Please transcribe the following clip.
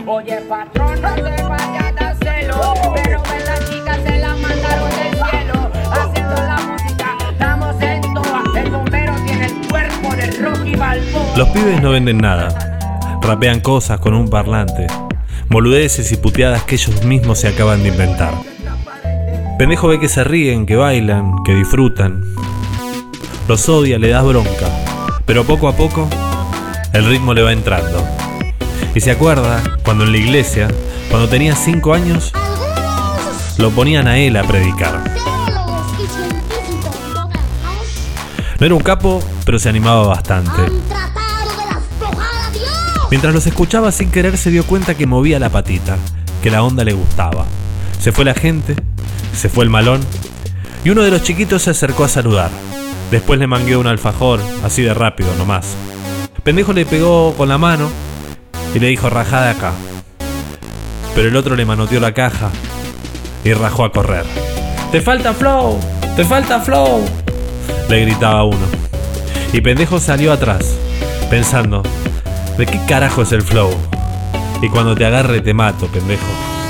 Oye, patrón, no te vayas a hacerlo, pero ven las chicas se la mandaron del cielo. Haciendo la música, estamos en toa. El bombero tiene el cuerpo de Rocky Balboa. Los pibes no venden nada. Rapean cosas con un parlante, boludeces y puteadas que ellos mismos se acaban de inventar. Pendejo ve que se ríen, que bailan, que disfrutan. Los odia, le das bronca, pero poco a poco el ritmo le va entrando. Y se acuerda cuando en la iglesia, cuando tenía 5 años, lo ponían a él a predicar. No era un capo, pero se animaba bastante. Mientras los escuchaba, sin querer se dio cuenta que movía la patita, que la onda le gustaba. Se fue la gente, se fue el malón, y uno de los chiquitos se acercó a saludar. Después le mangueó un alfajor, así de rápido nomás. Pendejo le pegó con la mano y le dijo: rajá de acá. Pero el otro le manoteó la caja y rajó a correr. ¡Te falta flow! ¡Te falta flow!, le gritaba uno. Y Pendejo salió atrás, pensando: ¿de qué carajo es el flow? Y cuando te agarre te mato, pendejo.